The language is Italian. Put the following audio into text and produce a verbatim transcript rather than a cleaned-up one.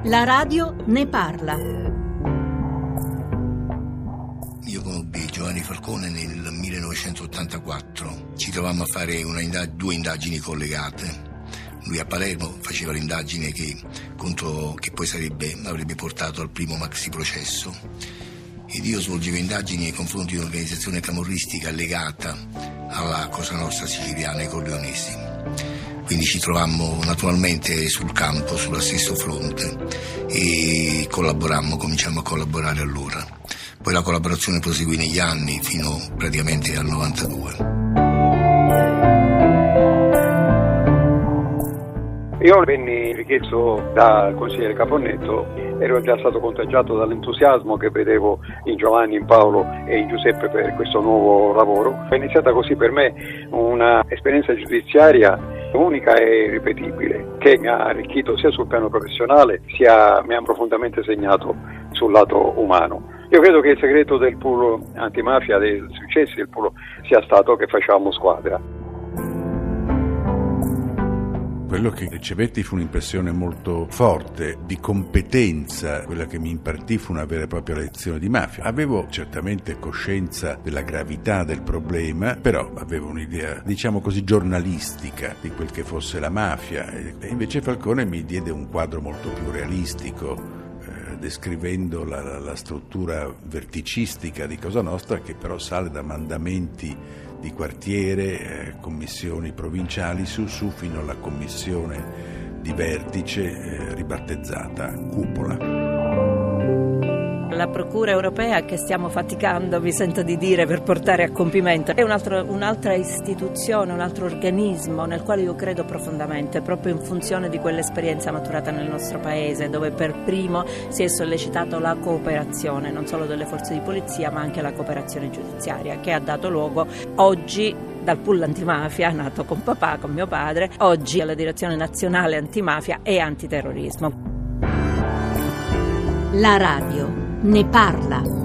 La radio ne parla. Io conobbi Giovanni Falcone nel millenovecentottantaquattro. Ci trovammo a fare una indag- due indagini collegate. Lui a Palermo faceva l'indagine che, contro, che poi sarebbe, avrebbe portato al primo maxi processo. Ed io svolgevo indagini nei confronti di un'organizzazione camorristica legata alla Cosa Nostra siciliana, ai Corleonesi. Quindi ci trovammo naturalmente sul campo, sullo stesso fronte, e collaborammo, cominciamo a collaborare allora. Poi la collaborazione proseguì negli anni, fino praticamente al novantadue. Io venni richiesto dal consigliere Caponnetto, ero già stato contagiato dall'entusiasmo che vedevo in Giovanni, in Paolo e in Giuseppe per questo nuovo lavoro. È iniziata così per me una esperienza giudiziaria unica e irripetibile, che mi ha arricchito sia sul piano professionale sia mi ha profondamente segnato sul lato umano. Io credo che il segreto del pool antimafia, dei successi del pool, sia stato che facevamo squadra. Quello che ricevetti fu un'impressione molto forte di competenza, quella che mi impartì fu una vera e propria lezione di mafia. Avevo certamente coscienza della gravità del problema, però avevo un'idea, diciamo così, giornalistica di quel che fosse la mafia, e invece Falcone mi diede un quadro molto più realistico, eh, descrivendo la, la, la struttura verticistica di Cosa Nostra, che però sale da mandamenti di quartiere, eh, commissioni provinciali su su fino alla commissione di vertice eh, ribattezzata Cupola. La Procura europea che stiamo faticando, mi sento di dire, per portare a compimento, è un altro, un'altra istituzione, un altro organismo nel quale io credo profondamente, proprio in funzione di quell'esperienza maturata nel nostro paese, dove per primo si è sollecitato la cooperazione, non solo delle forze di polizia ma anche la cooperazione giudiziaria, che ha dato luogo oggi dal pool antimafia, nato con papà, con mio padre, oggi alla Direzione Nazionale Antimafia e Antiterrorismo. La radio ne parla.